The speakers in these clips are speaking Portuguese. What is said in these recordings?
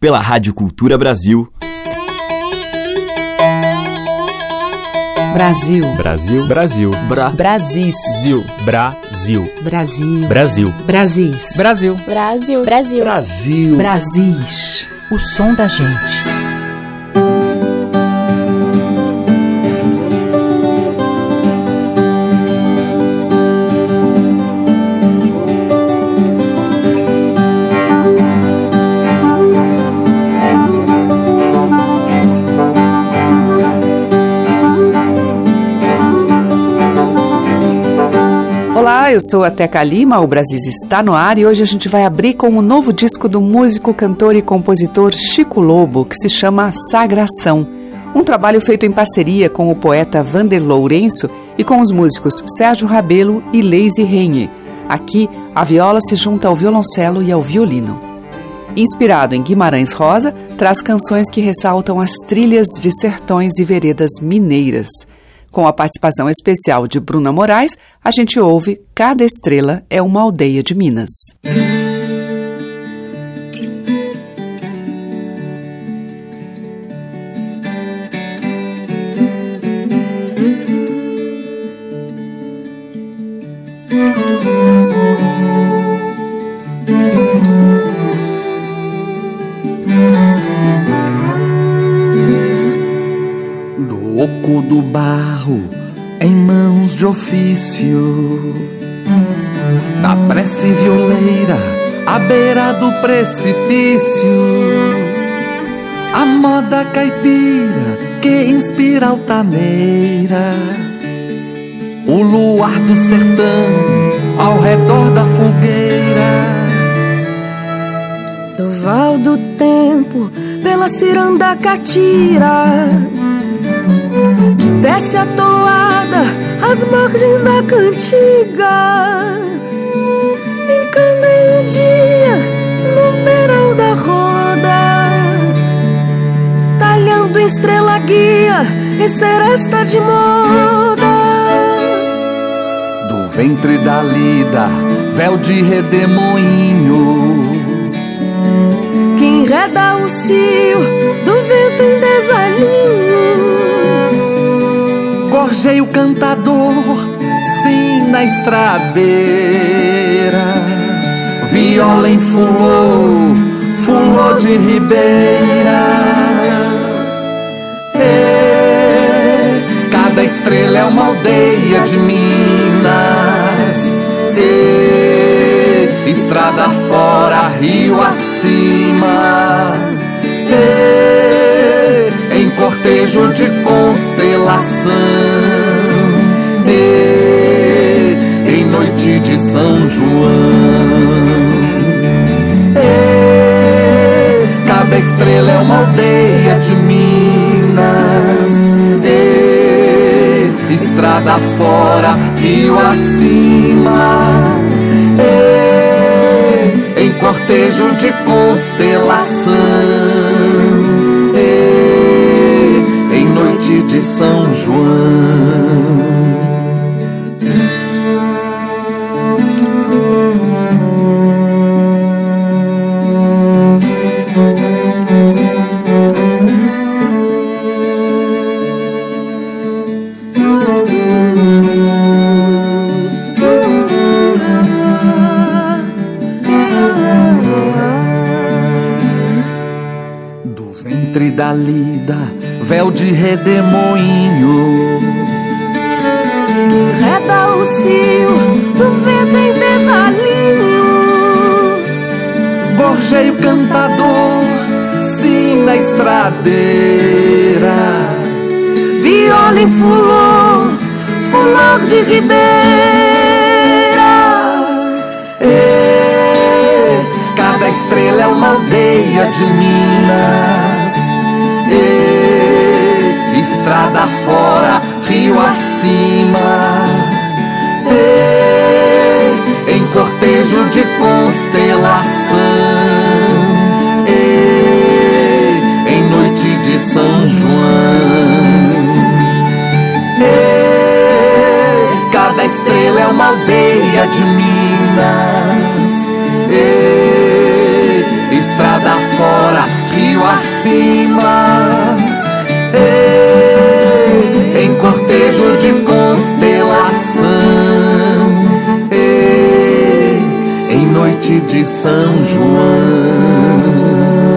pela Rádio Cultura Brasil. Brasil. Brasil. Brasil. Brasis. Brasil. Brasil. Brasil. Brasis. Brasil. Brasil. Brasil. Brasil. Brasis. O som da gente. Eu sou a Teca Lima, o Brasis está no ar e hoje a gente vai abrir com o novo disco do músico, cantor e compositor Chico Lobo, que se chama Sagração. Um trabalho feito em parceria com o poeta Vander Lourenço e com os músicos Sérgio Rabelo e Leise Renhe. Aqui, a viola se junta ao violoncelo e ao violino. Inspirado em Guimarães Rosa, traz canções que ressaltam as trilhas de sertões e veredas mineiras. Com a participação especial de Bruna Moraes, a gente ouve Cada Estrela é uma Aldeia de Minas. Do oco do barro em mãos de ofício, da prece violeira à beira do precipício, a moda caipira que inspira altaneira, o luar do sertão ao redor da fogueira. Do val do tempo pela ciranda catira, que desce a toada às margens da cantiga. Encanei o dia no beirão da roda, talhando estrela guia e seresta de moda. Do ventre da lida, véu de redemoinho, que enreda o cio do vento em desalinho. Gorjei o cantador, sim, na estradeira, viola em fulô, fulô de ribeira. Cada estrela é uma aldeia de Minas, estrada fora, rio acima, em cortejo de constelação, em noite de São João. Cada estrela é uma aldeia de Minas, estrada fora, rio acima, em cortejo de constelação, em noite de São João. Da lida, véu de redemoinho, que enreda o cio do vento em desalinho. Gorjei o cantador, sim, na estradeira, viola em fulô, fulor de ribeira. Cada estrela é uma aldeia de Minas, estrada fora, rio acima, em cortejo de constelação, em noite de São João. Cada estrela é uma aldeia de Minas, estrada fora, cima, em cortejo de constelação, em noite de São João.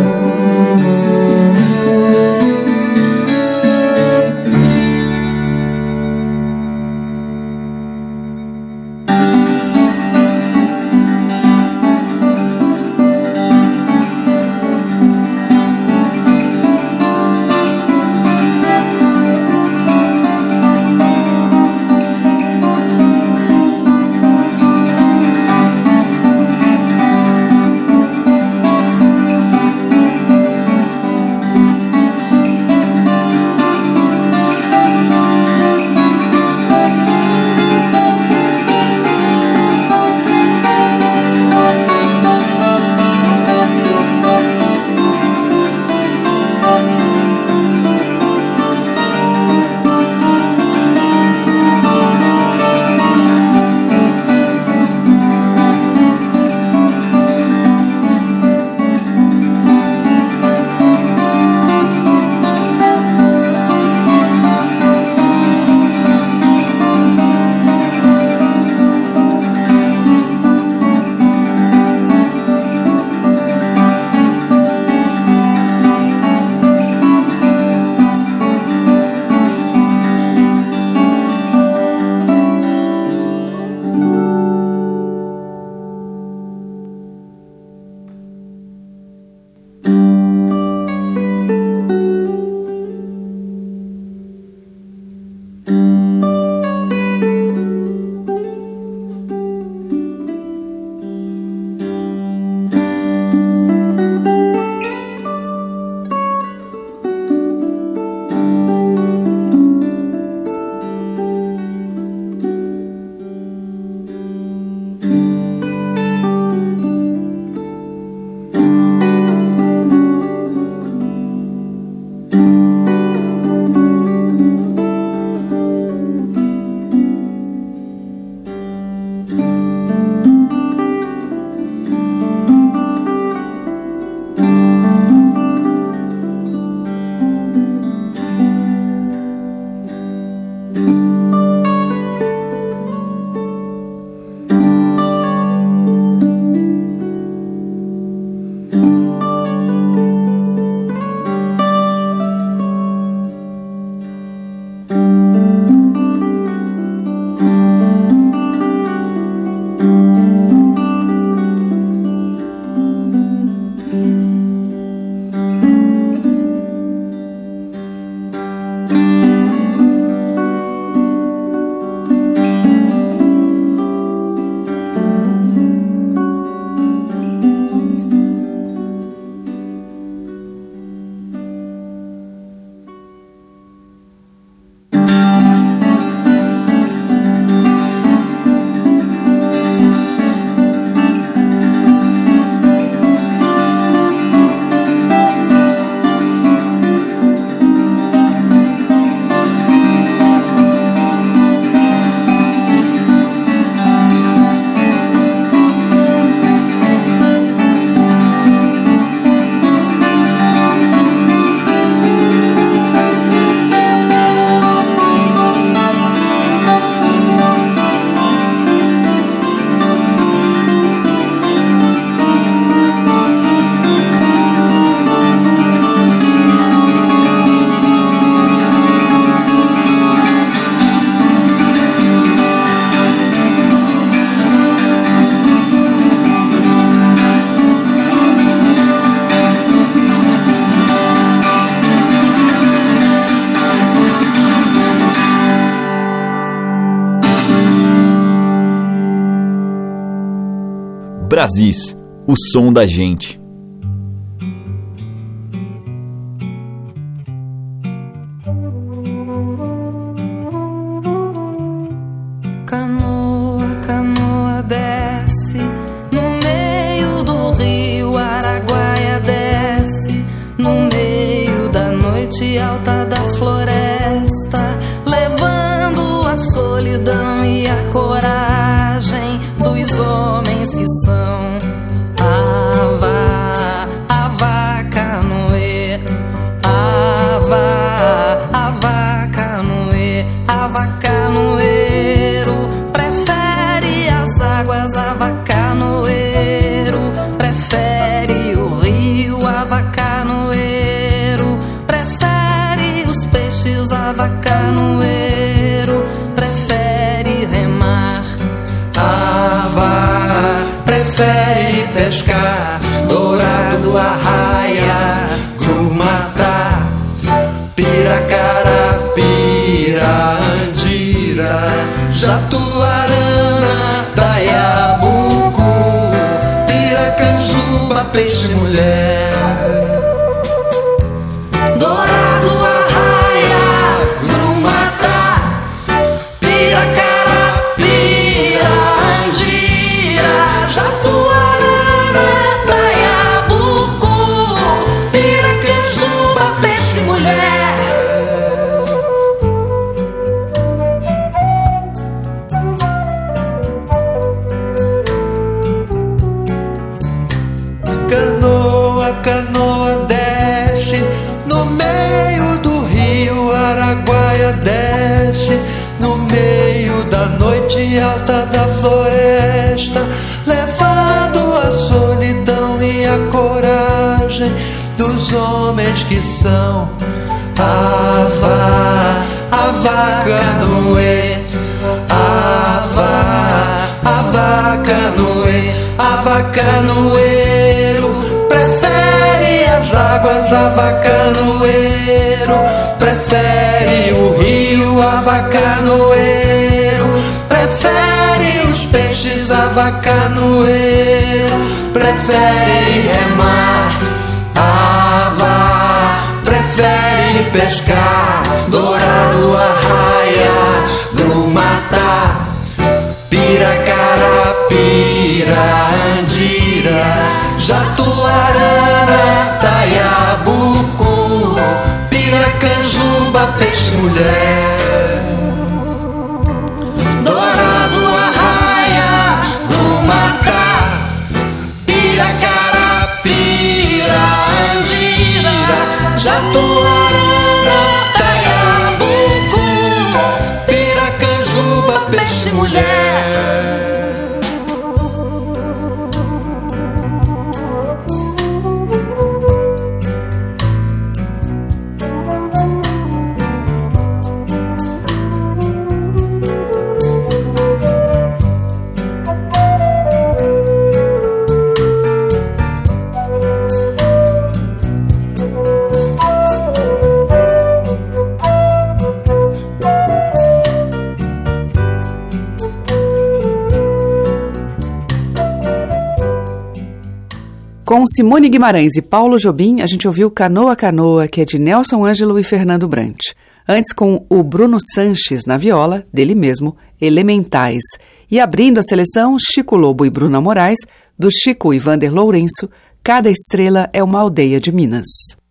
Brasis, o som da gente. Canoa, canoa desce no meio do rio, Araguaia desce no meio da noite alta da floresta, levando a solidão e a coragem dos homens que são Avá, Avá, canoeiro. Andira, Jatuarana, Taiabucu, Piracanjuba, peixe-mulher. Dourado, Arraia, Grumata, Piracara, Andira, Jatuarana, Taiabucu, Piracanjuba, peixe-mulher. Canoa desce no meio do rio, Araguaia desce no meio da noite alta da floresta, levando a solidão e a coragem dos homens que são Avacanoê, Avacanoeiro, prefere as águas, Avacanoeiro, prefere o rio, Avacanoeiro, prefere os peixes, Avacanoeiro, prefere remar, prefere pescar, Dourado, Arraia, Grumata, Piracara, Andira, Jatuarana, Taiabucu, Piracanjuba, peixe-mulher. Dourado, Arraia, Grumata, Piracara, Andira, Jatuarana, Taiabucu, Piracanjuba, peixe-mulher. Com Simone Guimarães e Paulo Jobim, a gente ouviu Canoa Canoa, que é de Nelson Ângelo e Fernando Brant. Antes, com o Bruno Sanches na viola, dele mesmo, Elementais. E abrindo a seleção, Chico Lobo e Bruna Moraes, do Chico e Vander Lourenço, Cada Estrela é uma Aldeia de Minas.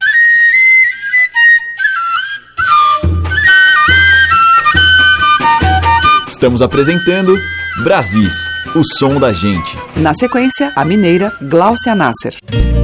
Estamos apresentando Brasis, o som da gente. Na sequência, a mineira Gláucia Nasser.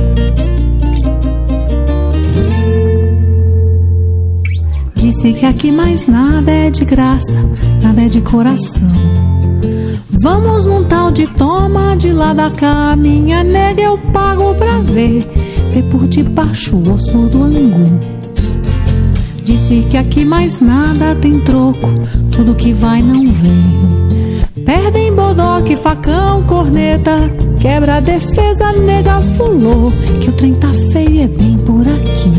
Disse que aqui mais nada é de graça, nada é de coração. Vamos num tal de toma de lá da cá, minha nega eu pago pra ver por debaixo o osso do angu. Disse que aqui mais nada tem troco, tudo que vai não vem. Perdem bodoque, facão, corneta, quebra a defesa, nega fulô, que o trem tá feio, é bem por aqui.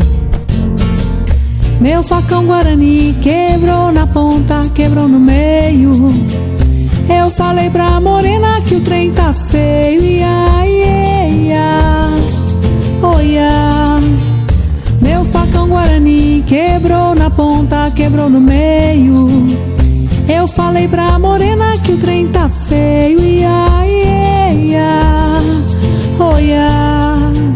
Meu facão Guarani quebrou na ponta, quebrou no meio. Eu falei pra morena que o trem tá feio, ia, ia, ia, oh, ia. Meu facão Guarani quebrou na ponta, quebrou no meio. Eu falei pra morena que o trem tá feio, ia, ia, ia, oh, ia.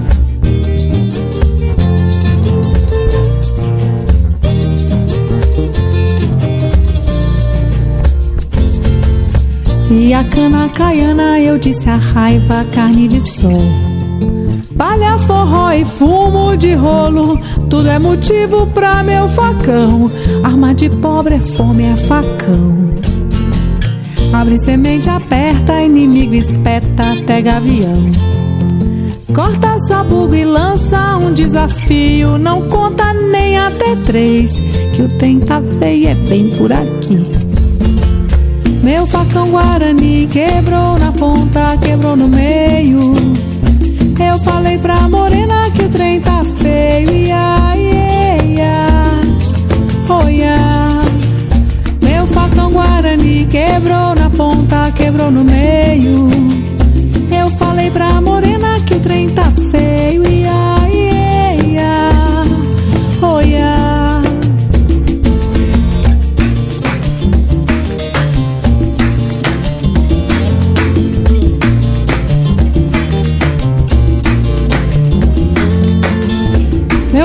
E a cana caiana, eu disse a raiva, carne de sol. Palha, forró e fumo de rolo, tudo é motivo pra meu facão. Arma de pobre é fome, é facão. Abre semente, aperta, inimigo espeta até gavião. Corta sabugo e lança um desafio, não conta nem até 3, que o trem tá feio, é bem por aqui. Meu facão Guarani quebrou na ponta, quebrou no meio. Eu falei pra morena que o trem tá feio, ia, ia, ia, oh, ia.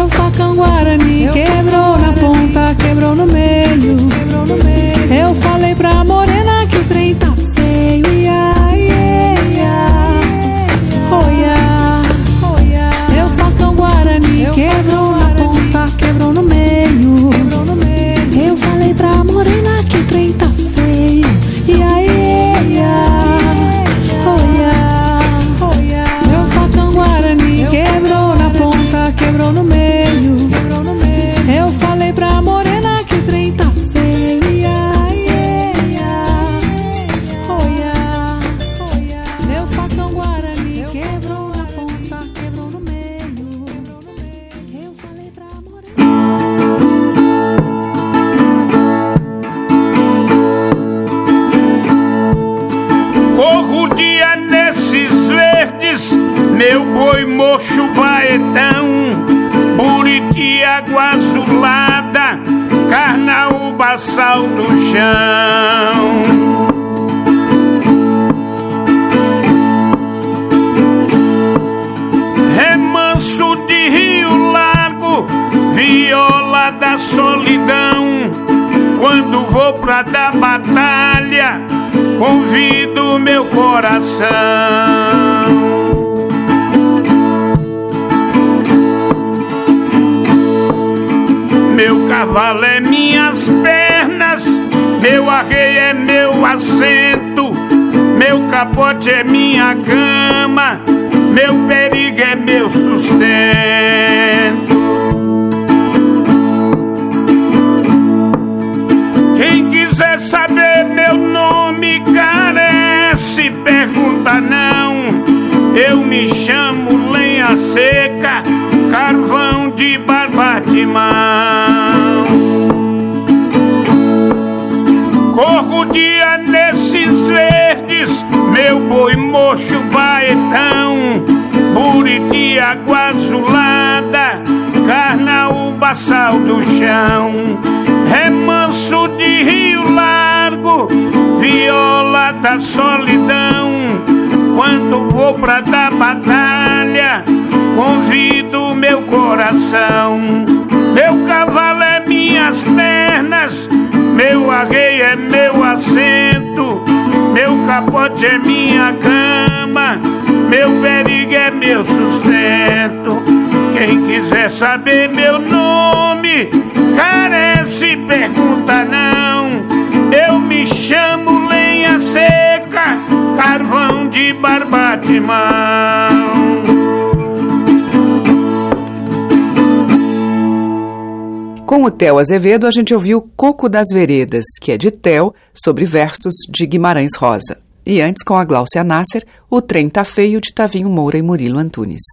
Meu facão Guarani quebrou na ponta, quebrou no meio. Eu falei pra morena que o trem tá feio. Ia, ia, ia, oh, ia, oh, ia. Meu facão Guarani quebrou na ponta, quebrou no meio. Eu falei pra morena que o trem tá feio. Ia, ia, ia, oh, ia, oh, ia. Meu facão Guarani quebrou na ponta, quebrou no meio. Eu falei pra morena que o trem tá feio. Ia, ia, ia, oh, ia, oh, ia. Meu facão Guarani quebrou na ponta, quebrou no meio. Eu falei pra morena. Corro o dia nesses verdes, meu boi mocho baetão, Buriti, água azulada, carnaúba, sal do chão. Remanso de rio largo, viola da solidão, quando vou pra dar batalha, convido meu coração. Meu cavalo é minhas pernas, meu arreio é meu assento, meu capote é minha cama, meu perigo é meu sustento. Quem quiser saber meu nome carece, pergunta não. Eu me chamo lenha seca, carvão de barba de mão. Corro o dia nesses verdes, meu boi mocho baetão, Buriti, água azulada, carnaúba, sal do chão. Remanso de rio largo, viola da solidão, quando vou pra dar batalha, convido meu coração. Meu cavalo é minhas pernas, meu arreio é meu assento, meu capote é minha cama, meu perigo é meu sustento. Quem quiser saber meu nome carece, pergunta não. Eu me chamo lenha seca, carvão de barba de mão. Com o Theo Azevedo, a gente ouviu Coco das Veredas, que é de Theo, sobre versos de Guimarães Rosa. E antes, com a Gláucia Nasser, O Trem Tá Feio, de Tavinho Moura e Murilo Antunes.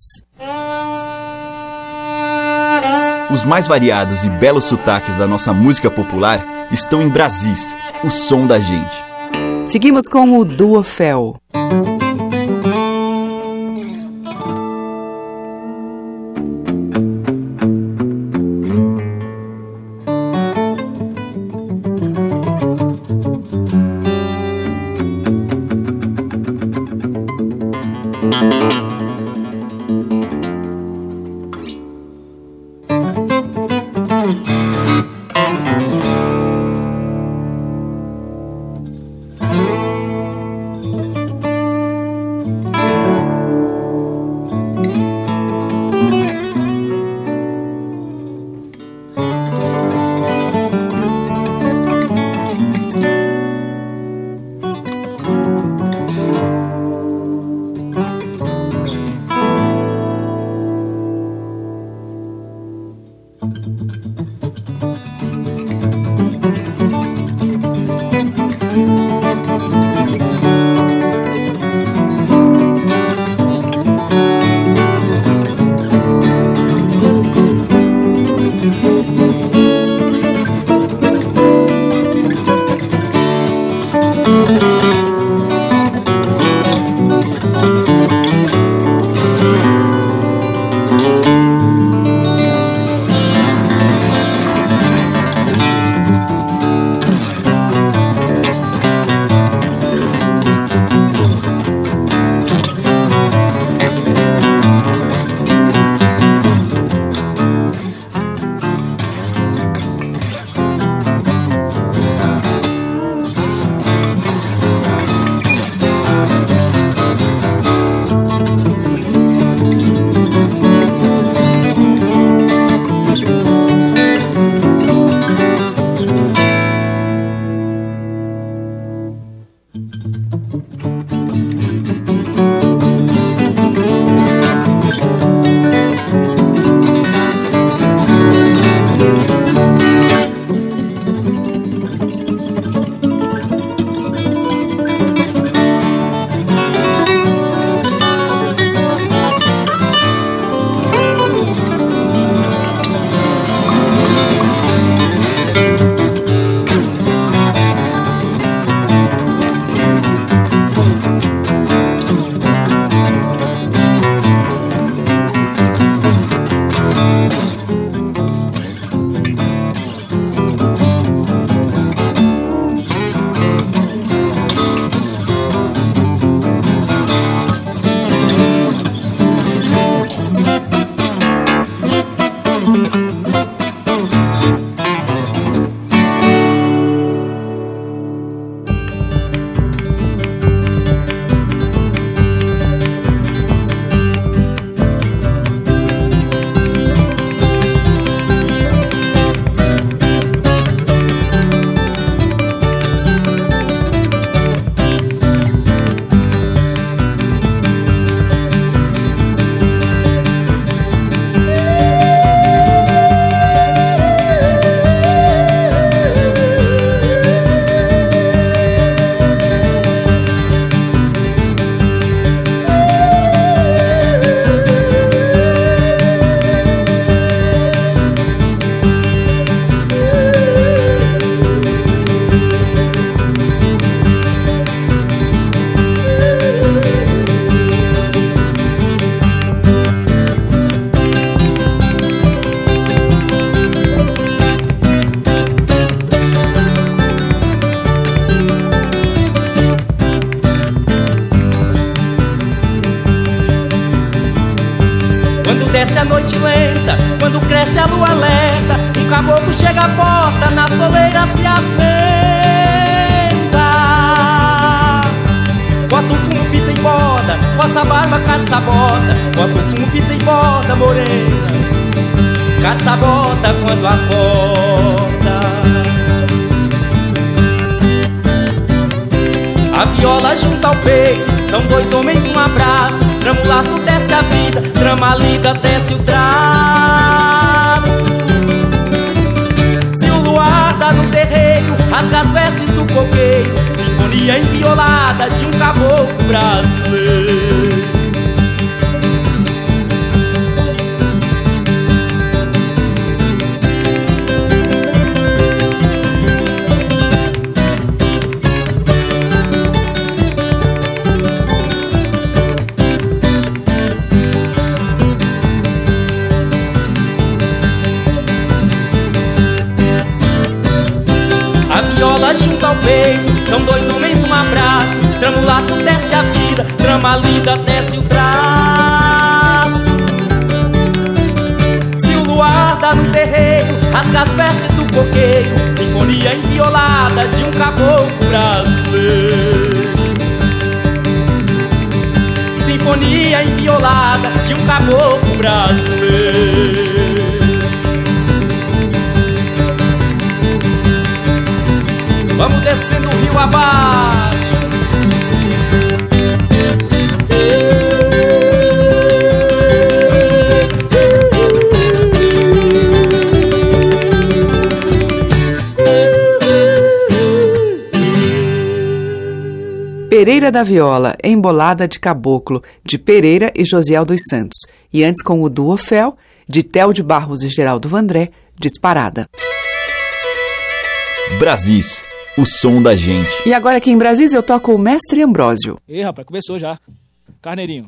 Os mais variados e belos sotaques da nossa música popular estão em Brasis, o som da gente. Seguimos com o Duo Fel. cresce a lua alerta, um caboclo chega à porta, na soleira se assenta. Bota o fumo, pita e borda, coça a barba, caça a bota. Bota o fumo, pita e borda, morena, caça a bota quando acorda. A viola junta ao peito, são dois homens num abraço. Trama o laço, desce a vida, trama a lida, desce o traço. Se o luar dá no terreiro, rasga as vestes do coqueiro, sinfonia inviolada de um caboclo brasileiro. Junto ao peito, são dois homens num abraço. Trama o laço, desce a vida, trama a lida, desce o traço. Se o luar dá no terreiro, rasga as vestes do coqueiro, sinfonia inviolada de um caboclo brasileiro. Sinfonia inviolada de um caboclo brasileiro. Vamos descendo o rio abaixo. Pereira da Viola, Embolada de Caboclo, de Pereira e Josiel dos Santos. E antes com o Duo Fel, de Theo de Barros e Geraldo Vandré, Disparada. Brasis, o som da gente. E agora aqui em Brasis eu toco o Mestre Ambrósio. Ih, rapaz, começou já. Carneirinho.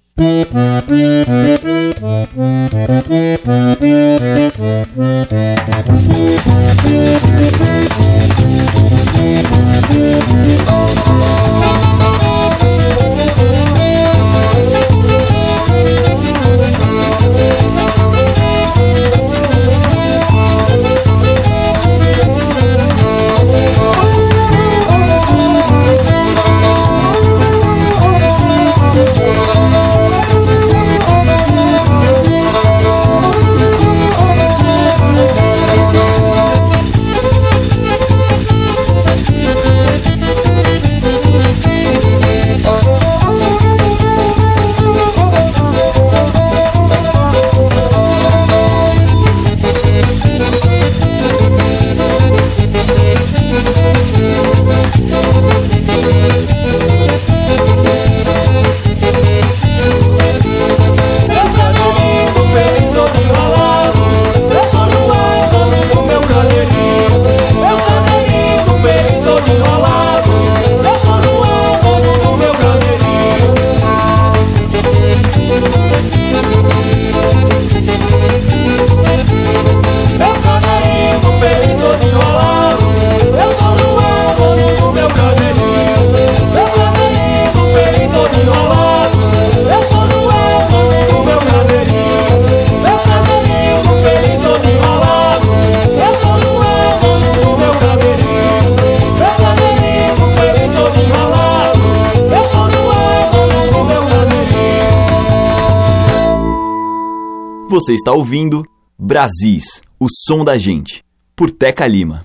Você está ouvindo Brasis, o som da gente, por Teca Lima.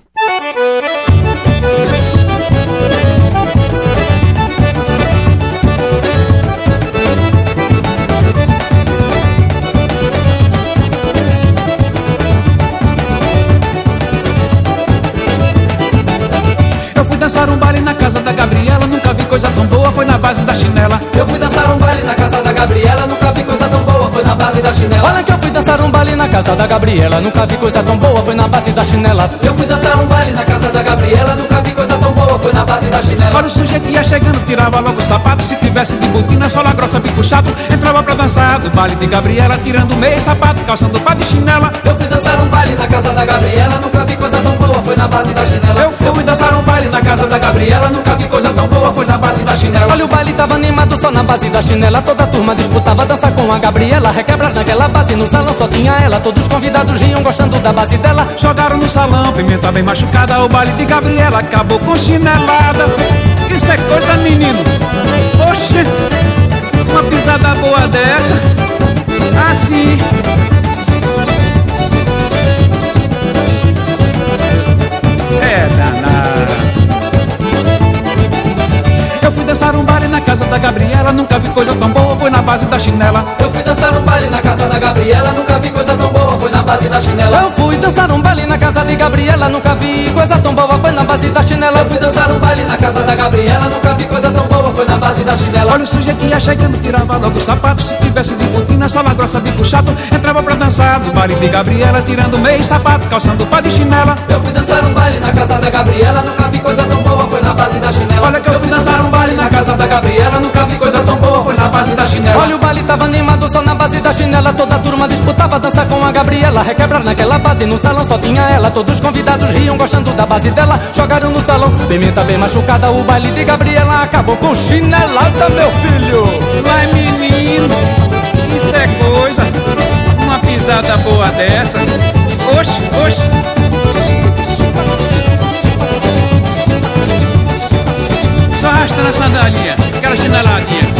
Eu fui dançar um baile na casa da Gabriela, nunca vi coisa tão boa, foi na base da chinela. Eu fui dançar um baile na casa da Gabriela, nunca vi coisa tão boa, foi na base da chinela. Olha que eu fui dançar um baile na casa da Gabriela, nunca vi coisa tão boa, foi na base da chinela. Eu fui dançar um baile na casa da Gabriela, nunca vi coisa tão boa, foi na base da chinela. Olha o sujeito ia chegando, tirava logo o sapato, se tivesse de botina, sola grossa, bico chato, entrava pra dançar do baile de Gabriela, tirando meio sapato, calçando pá de chinela. Eu fui dançar um baile na casa da Gabriela, nunca vi coisa tão boa, foi na base da chinela. Eu fui dançar um baile na casa casa da Gabriela, nunca vi coisa tão boa, foi na base da chinela. Olha, o baile tava animado só na base da chinela. Toda a turma disputava dança com a Gabriela. Requebras naquela base, no salão só tinha ela. Todos os convidados riam gostando da base dela. Jogaram no salão, pimenta bem machucada. O baile de Gabriela acabou com chinelada. Isso é coisa, menino. Oxe, uma pisada boa dessa, assim. É danada. Eu fui dançar um baile na casa da Gabriela, nunca vi coisa tão boa, foi na base da chinela. Eu fui dançar um baile na casa da Gabriela, nunca vi coisa tão boa, foi na base da chinela. Eu fui dançar um baile na casa de Gabriela, nunca vi coisa tão boa, foi na base da chinela. Eu fui dançar um baile na casa da Gabriela, nunca vi coisa tão boa, foi na base da chinela. Olha o sujeito ia chegando, tirava logo o sapato. Se tivesse de botina, sola grossa, bico chato, entrava pra dançar no baile de Gabriela, tirando meio sapato, calçando pá de chinela. Eu fui dançar um baile na casa da Gabriela, nunca vi coisa tão boa, foi na base da chinela. Olha que eu fui dançar um baile na casa da Gabriela, nunca vi coisa tão boa, foi na base da chinela. Olha, o baile tava animado só na base da chinela. Toda a turma disputava dança com a Gabriela. Requebrar naquela base, no salão só tinha ela. Todos os convidados riam gostando da base dela. Jogaram no salão, pimenta bem machucada. O baile de Gabriela acabou com chinelada, meu filho. Vai, menino, isso é coisa, uma pisada boa dessa. Oxe, oxe. Só arrastando a sandalinha, aquela chineladinha.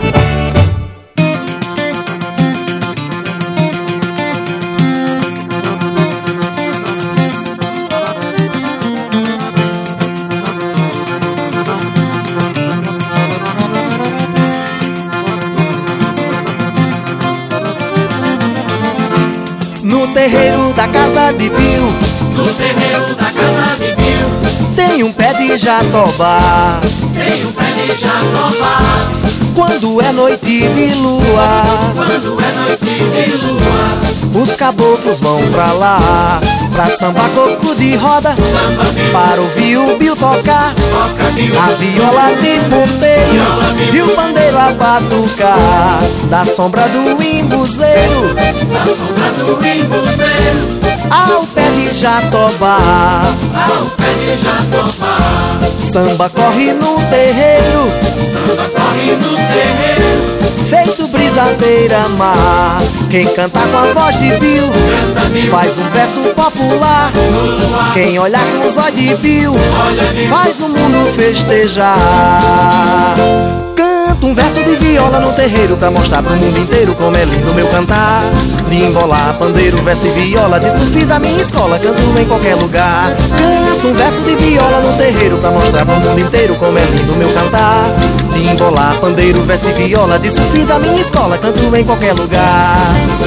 No terreiro da casa de Bill, no terreiro da casa de Bill, tem um pé de jatobá, tem um pé de jatobá. Quando é noite de lua, quando é noite de lua, os caboclos vão pra lá, pra sambar coco de roda, para ouvir o Bill tocar, a viola de ponteiro e o pandeiro a batucar, da sombra do imbuzeiro, da sombra do imbuzeiro, ao pé de jatobá, ao pé de jatobá. Samba corre no terreiro, samba corre no terreiro, feito brisadeira mar. Quem canta com a voz de Bill, faz um verso popular. Quem olhar com os olhos de Bill, faz o mundo festejar. Canto um verso de viola no terreiro, pra mostrar pro mundo inteiro como é lindo meu cantar. De embolar, pandeiro, verso e viola, disso fiz a minha escola, canto em qualquer lugar. Canto um verso de viola no terreiro, pra mostrar pro mundo inteiro como é lindo meu cantar. De embolar, pandeiro, verso e viola, disso fiz a minha escola, canto em qualquer lugar.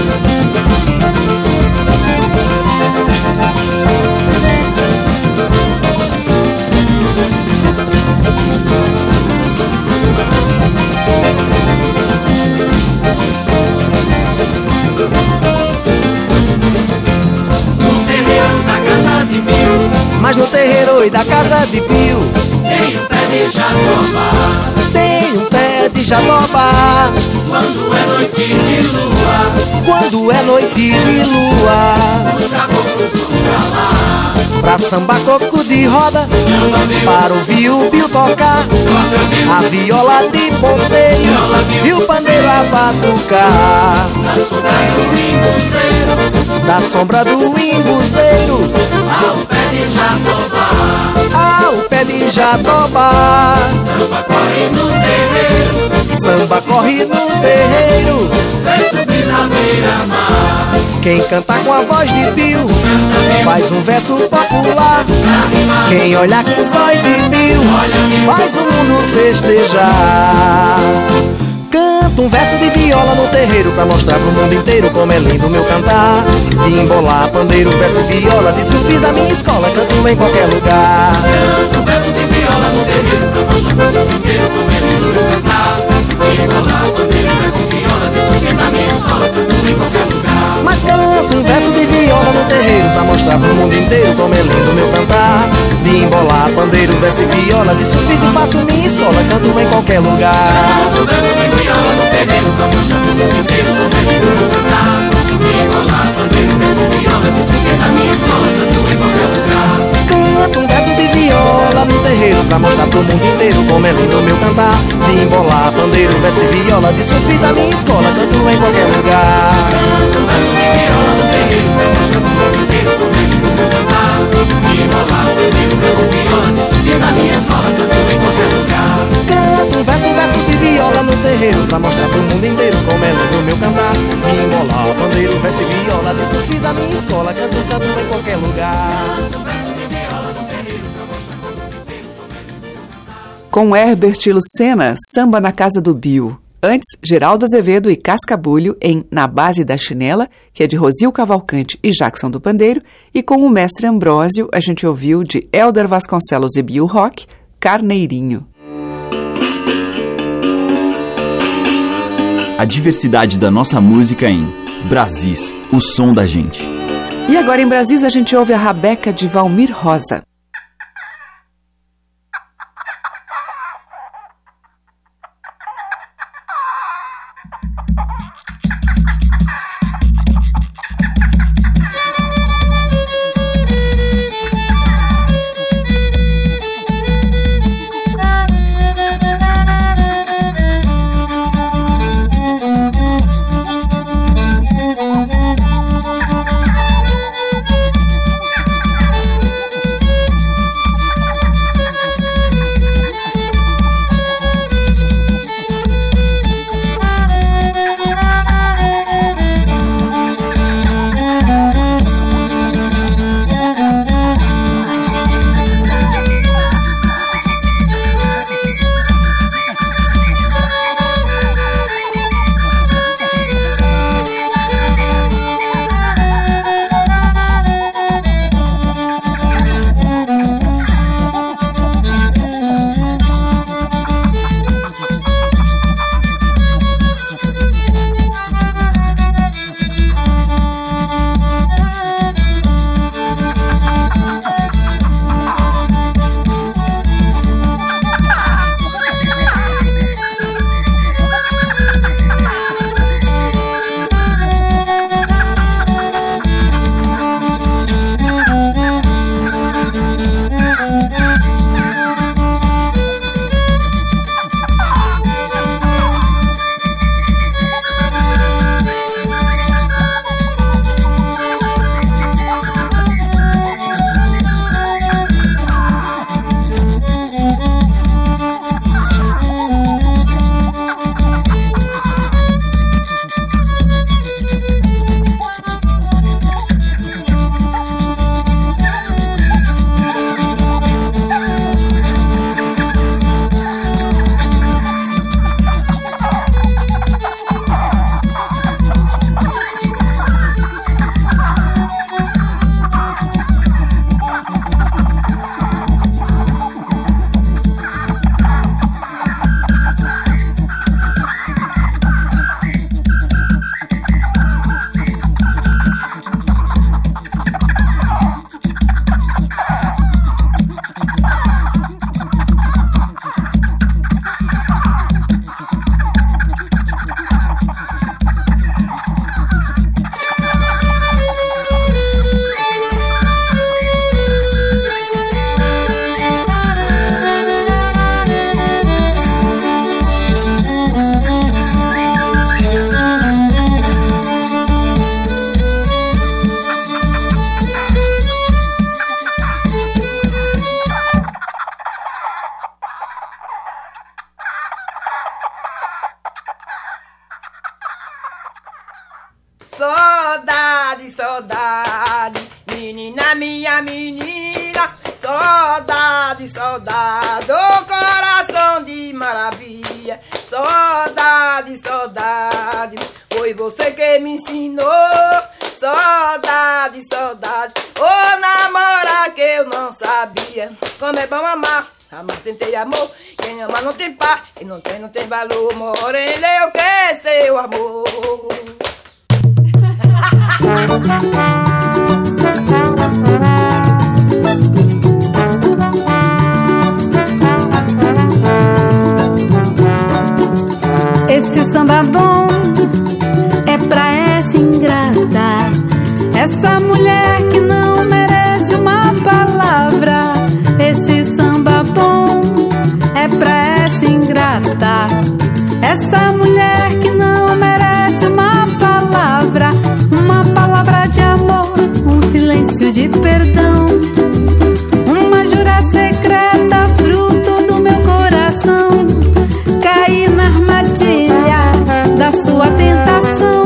Mas no terreiro e da casa de Bill, tem um pé de jatobá, tem um pé de jatobá. Quando é noite de lua, quando é noite de lua, os caboclos vão pra lá, pra sambar coco de roda, para ouvir o Bill tocar, a viola de ponteiro e o pandeiro a batucar, da sombra do imbuzeiro, da sombra do imbuzeiro, ao pé de jatobá, ao pé de jatobá. Samba corre no terreiro, samba corre no terreiro, feito brisadeira mar. Quem canta com a voz de Bill, faz um verso popular. Quem olhar com os olhos de Bill, faz o mundo festejar. Canto um verso de viola no terreiro, pra mostrar pro mundo inteiro como é lindo meu cantar. De embolar, pandeiro, verso e viola, disso fiz a minha escola, canto em qualquer lugar. Canto um verso de viola no terreiro, pra mostrar pro mundo inteiro como é lindo meu cantar. De embolar, pandeiro, verso e viola, disso fiz a minha escola, canto em qualquer lugar. Mas canto um verso de viola no terreiro, pra mostrar pro mundo inteiro como é lindo meu cantar. De embolar, pandeiro, verso e viola, disso fiz e faço minha escola, canto em qualquer lugar. Canto um verso de viola no terreiro, pra mostrar pro mundo inteiro como é lindo meu cantar. De embolar, pandeiro, verso e viola, disso fiz a minha escola, canto em qualquer lugar. Canto um verso de viola no terreiro, pra mostrar pro mundo inteiro como é lindo o meu cantar. De embolar, pandeiro, verso e viola, disso eu fiz a minha escola, canto em qualquer lugar. Canto verso de viola no terreiro pra mostrar pro mundo inteiro como é lindo o meu cantar. De embolar, pandeiro, verso e viola, disso eu fiz a minha escola, canto em qualquer lugar. Canto verso de viola no terreiro pra mostrar pro mundo inteiro como é lindo o meu cantar. De embolar, pandeiro, verso e viola, disso eu fiz a minha escola, canto em qualquer lugar. Com Herbert e Lucena, Samba na Casa do Bill. Antes, Geraldo Azevedo e Cascabulho em Na Base da Chinela, que é de Rosil Cavalcante e Jackson do Pandeiro, e com o Mestre Ambrósio, a gente ouviu de Hélder Vasconcelos e Bill Rock, Carneirinho. A diversidade da nossa música em Brasis, o som da gente. E agora em Brasis a gente ouve a Rabeca de Valmir Rosa. Saudade, saudade, menina, minha menina. Saudade, saudade, oh coração de maravilha. Saudade, saudade, foi você que me ensinou. Saudade, saudade, oh namorar que eu não sabia. Como é bom amar, amar sem ter amor. Quem ama não tem par, quem não tem valor. Morena, eu quero seu amor. Esse samba bom é pra essa ingrata, essa mulher que não merece uma palavra. Esse samba bom silêncio de perdão. Uma jura secreta, fruto do meu coração. Caí na armadilha da sua tentação.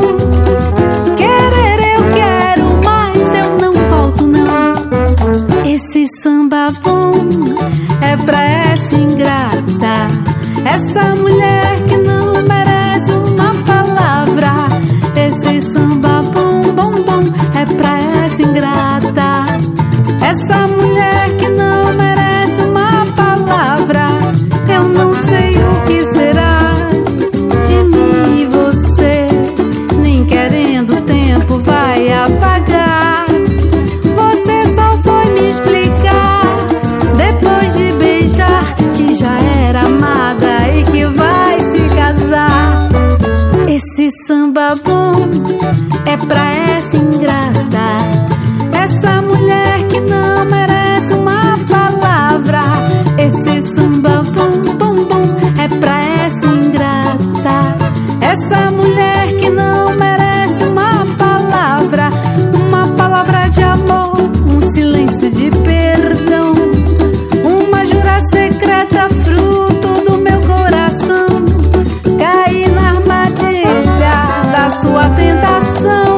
Querer eu quero, mas eu não volto não. Esse samba bom é pra essa ingrata, essa mulher que não merece uma palavra. Esse samba bom, bom, bom é pra essa ingrata, essa mulher que não merece uma palavra. Eu não sei o que será de mim e você, nem querendo o tempo vai apagar. Você só foi me explicar depois de beijar que já era amada e que vai se casar. Esse samba bom é pra essa ingrata, essa mulher que não merece uma palavra. Esse samba bom, bom, bom é pra essa ingrata, essa mulher que não merece uma palavra. Uma palavra de amor, um silêncio de perdão. Uma jura secreta, fruto do meu coração. Caí na armadilha da sua tentação.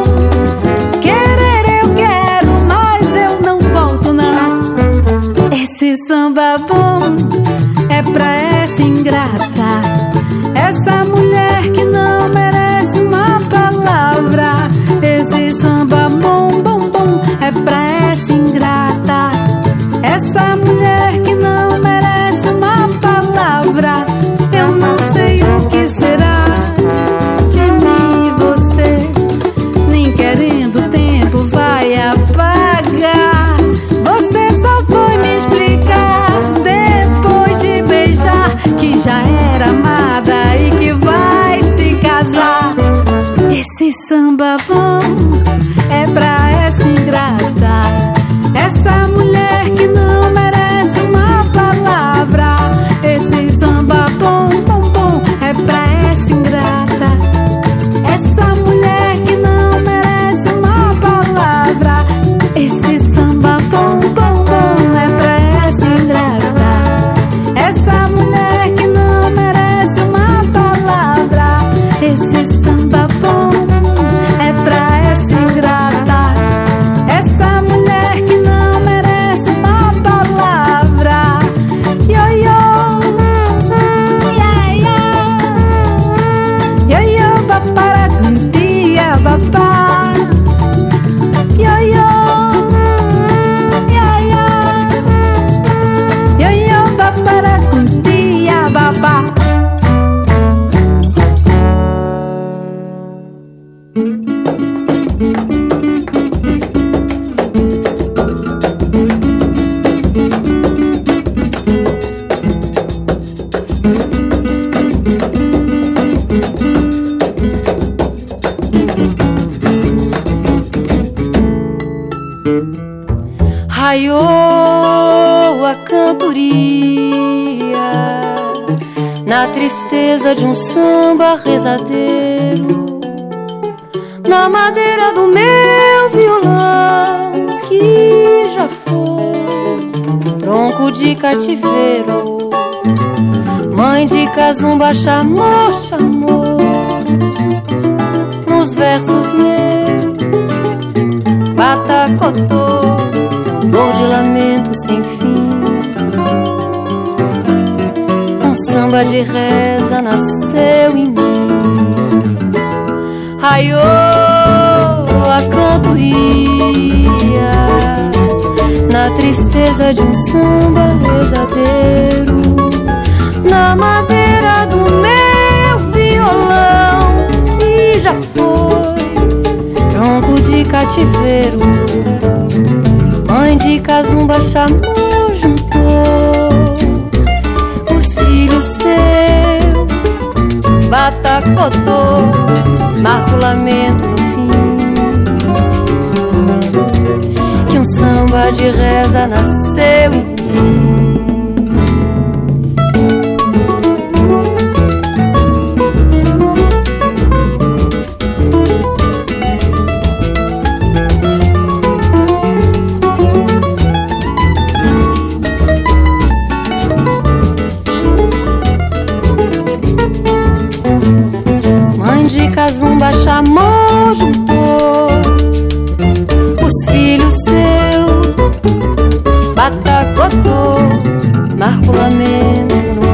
Querer eu quero, mas eu não volto não. Esse samba bom é pra essa ingrata, essa mulher que não merece uma palavra. Esse samba bom, bom, bom é pra essa ingrata, essa mulher que não merece uma palavra. Eu não sei o que será de mim e você, nem querendo o tempo vai apagar. Você só foi me explicar depois de beijar que já era amada e que vai se casar. Esse samba bom é pra essa ingrata, essa mulher que não merece uma palavra. Esse samba bom, bom, bom é pra essa ingrata, essa mulher que não merece uma palavra. Esse samba bom, bom, bom é pra essa ingrata, essa mulher que não merece uma palavra. Esse samba bom é pra essa ingrata, essa mulher que não merece uma palavra. Yo, yo, yeah, yeah. Yo, yo, papara cantia, papá. Yo, yo, yeah, yeah. Yo, yo, papara cantia, papá. Raiou a cantoria na tristeza de um samba rezadeiro, na madeira do meu violão que já foi tronco de cativeiro. Mãe de Kazumba chamou, chamou nos versos meus, batacotô, tambor de lamento sem fim. Um samba de reza nasceu em mim. Raiou a cantoria na tristeza de um samba rezadeiro, na madeira do meu violão que já foi tronco de cativeiro. Mãe de Kazumba chamou, juntou os filhos seus, batacotô, marca o lamento no fim, que um samba de reza nasceu em mim. Patacotô, marca o lamento no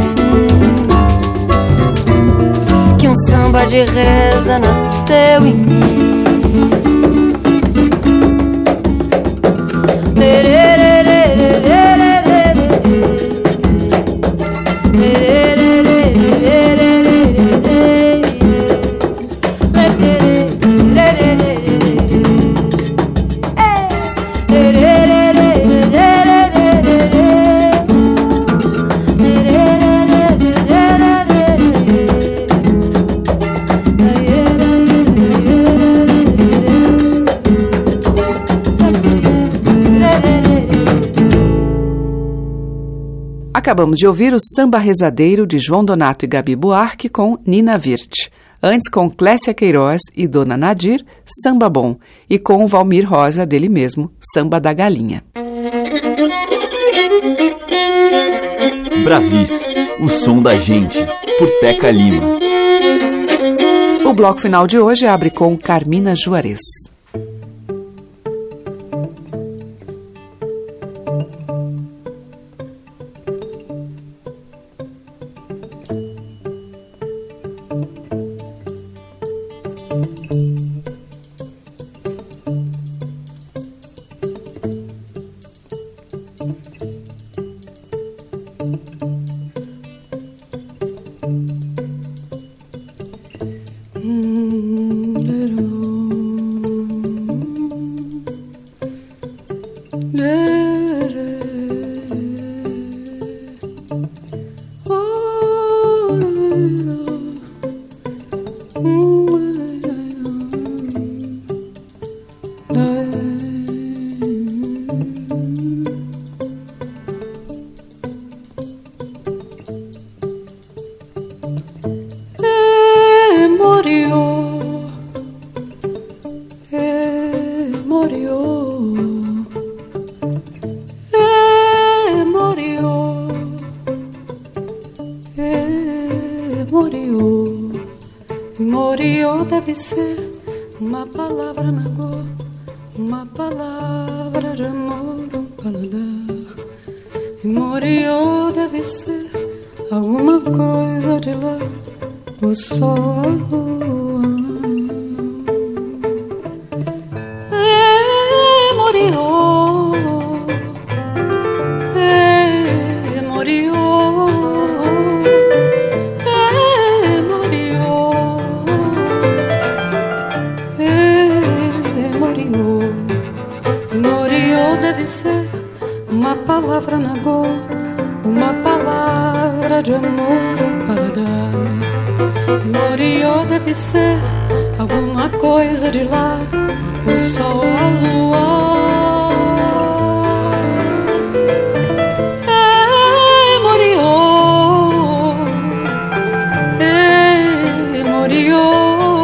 fim, que um samba de reza nasceu em mim. Acabamos de ouvir o Samba Rezadeiro de João Donato e Gabi Buarque com Nina Wirth. Antes, com Clécia Queiroz e Dona Nadir, Samba Bom. E com o Valmir Rosa, dele mesmo, Samba da Galinha. Brasis, o som da gente, por Teca Lima. O bloco final de hoje abre com Carmina Juarez. Morió deve ser uma palavra na cor, uma palavra de amor, um paladar. E Morió deve ser alguma coisa de lá, o sol, a lua. Morió, Morió. Deve ser uma palavra na go, uma palavra de amor para dar. Morió deve ser alguma coisa de lá, o sol, a lua. Morió, Morió.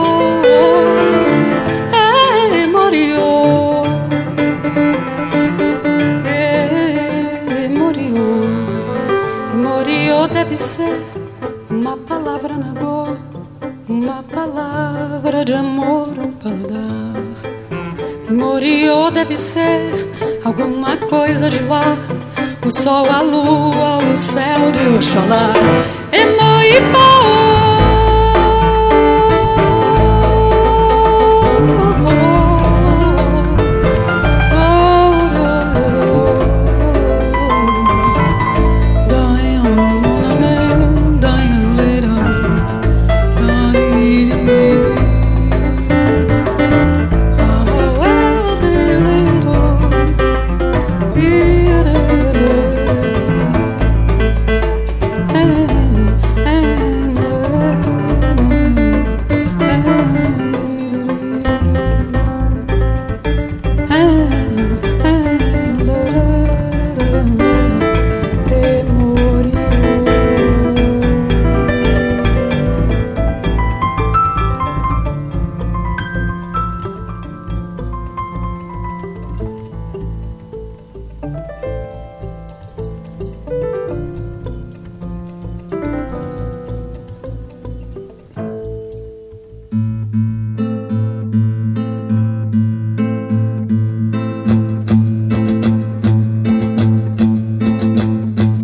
Deve ser uma palavra na go, uma palavra de amor, um paladar. Morió deve ser alguma coisa de lá, o sol, a lua, o céu de Oxalá. Moibó.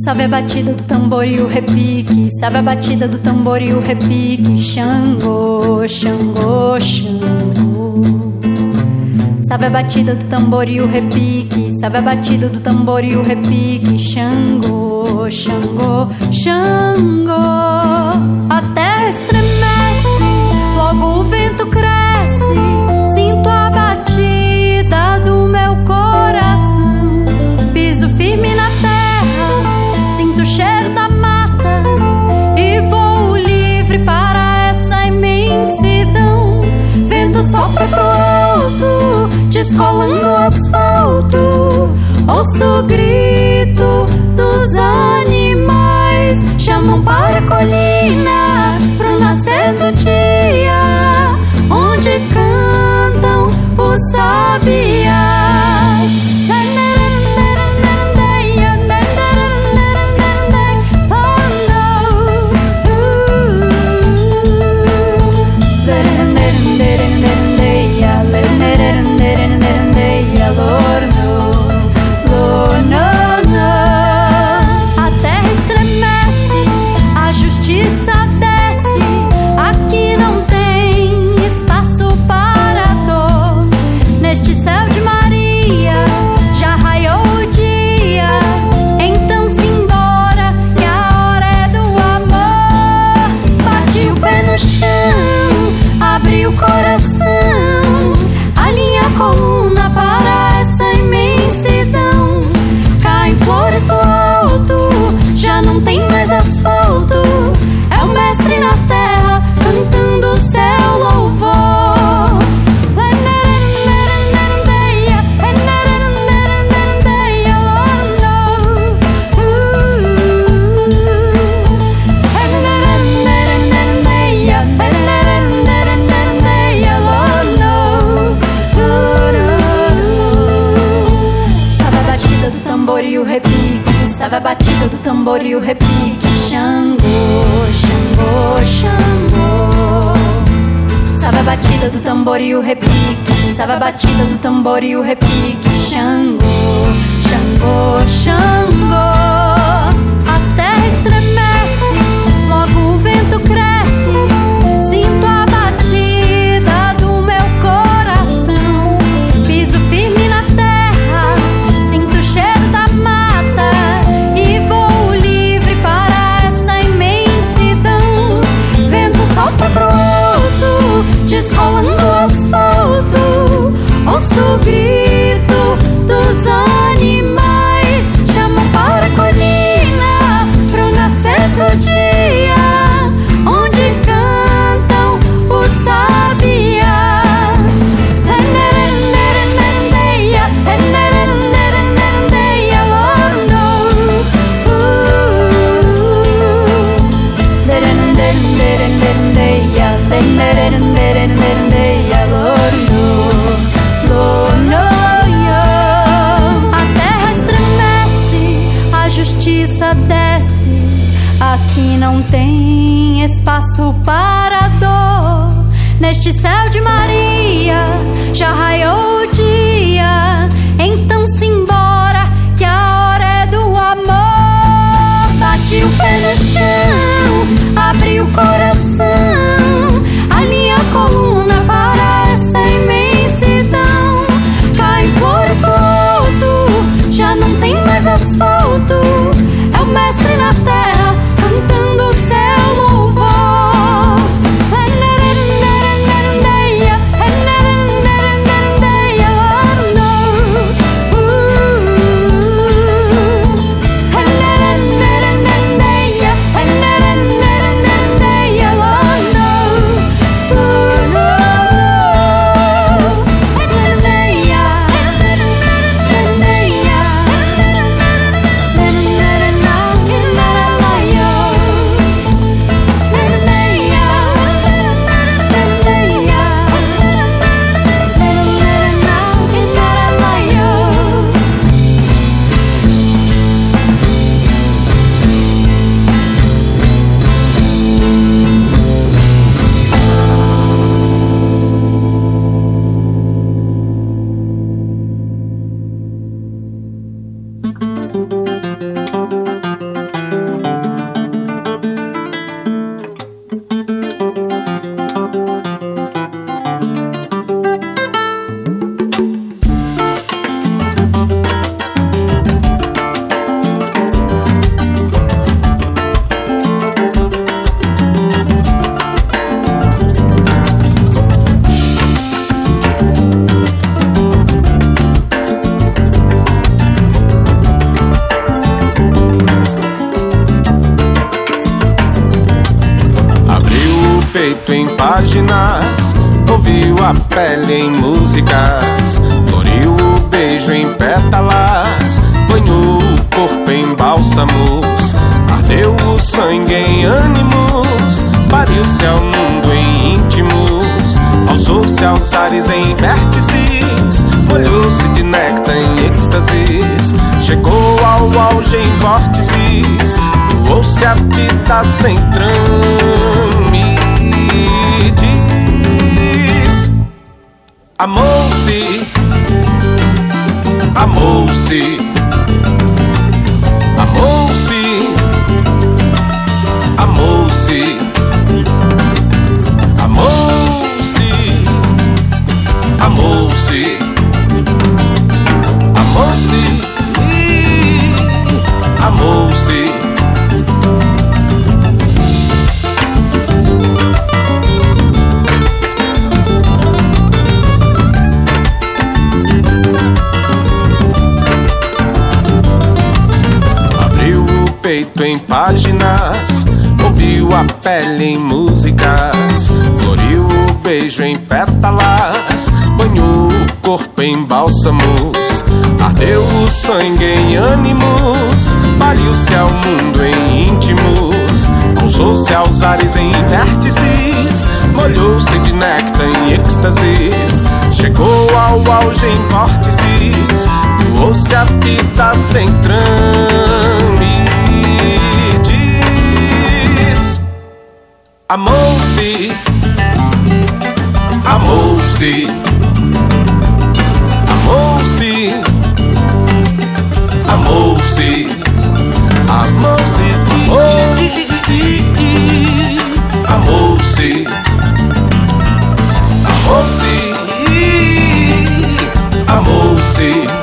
Sabe a batida do tambor e o repique, sabe a batida do tambor e o repique. Xangô, Xangô, Xangô. Sabe a batida do tambor e o repique, sabe a batida do tambor e o repique. Xangô, Xangô, Xangô. A terra estremece, logo o vento cresce. Sinto a batida do meu coração. Piso firme na terra, sinto o cheiro da mata e voo livre para essa imensidão. Vento sopra pro alto, descolando o asfalto. Ouço o grito dos animais, chamam para a colina, pro nascer do dia, onde cantam os sabiás. A terra estremece, a justiça desce. Aqui não tem espaço para dor. Neste céu de Maria já raiou o dia. Então se embora, que a hora é do amor. Bati o pé no chão, abri o coração, alinha a coluna para essa imensidão. Caem flores do alto, já não tem mais asfalto. É o mestre na terra, cantando o seu louvor. E o repique, sabe a batida do tambor e o repique. Xangô, Xangô, Xangô. Sabe a batida do tambor e o repique, sabe a batida do tambor e o repique. Xangô, Xangô, Xangô. A terra estremece, logo o vento cresce. Sinto a batida do meu coração. Piso firme na terra, sinto o cheiro da mata e voo livre para essa imensidão. Vento solta pro alto, descolando o asfalto. Ouço o grito dos animais, chamam para a colina, pro nascer do dia, onde cantam os sabiás. A terra estremece, a justiça desce. Aqui não tem espaço para dor. Neste céu de Maria já raiou o dia. Então se embora, que a hora é do amor. Bati o pé no chão, abri o coração, alinha a coluna para essa imensidão. Caem flores do alto, já não tem mais asfalto. É o mestre na terra, cantando o seu louvor. peito em páginas, ouviu a pele em músicas, floriu o beijo em pétalas, banhou o corpo em bálsamos, ardeu o sangue em ânimos, pariu-se ao mundo em íntimos, alçou-se aos ares em vértices, molhou-se de néctar em êxtases, chegou ao auge em vórtices, doou-se a vida sem trâmites. Amou-se, amou-se, amou-se, amou-se, amou-se, amou-se, amou-se, amou-se. Peito em páginas, ouviu a pele em músicas, floriu o beijo em pétalas, banhou o corpo em bálsamos, ardeu o sangue em ânimos, pariu-se ao mundo em íntimos, alçou-se aos ares em vértices, molhou-se de néctar em êxtases, chegou ao auge em vórtices, doou-se a vida sem trâmites. Amou-se, amou-se, amou-se, amou-se, amou-se, amou-se, amou-se, amou-se, amou-se.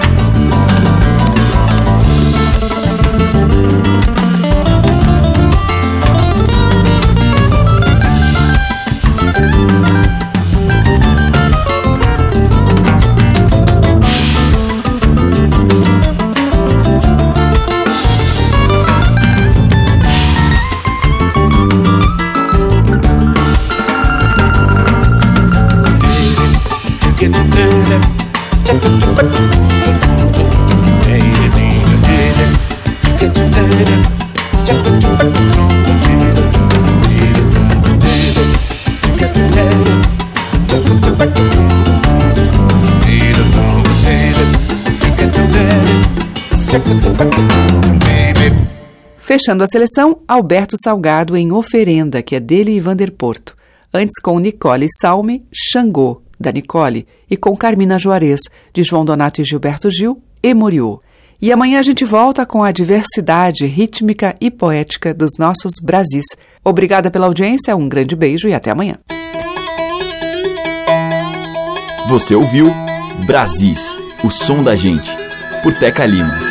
Fechando a seleção, Alberto Salgado em Oferenda, que é dele e Vander Porto. Antes com Nicole Salme, Xangô, da Nicole, e com Carmina Juarez, de João Donato e Gilberto Gil, Emoriô. E amanhã a gente volta com a diversidade rítmica e poética dos nossos Brasis. Obrigada pela audiência, um grande beijo e até amanhã. Você ouviu Brasis, o som da gente, por Teca Lima.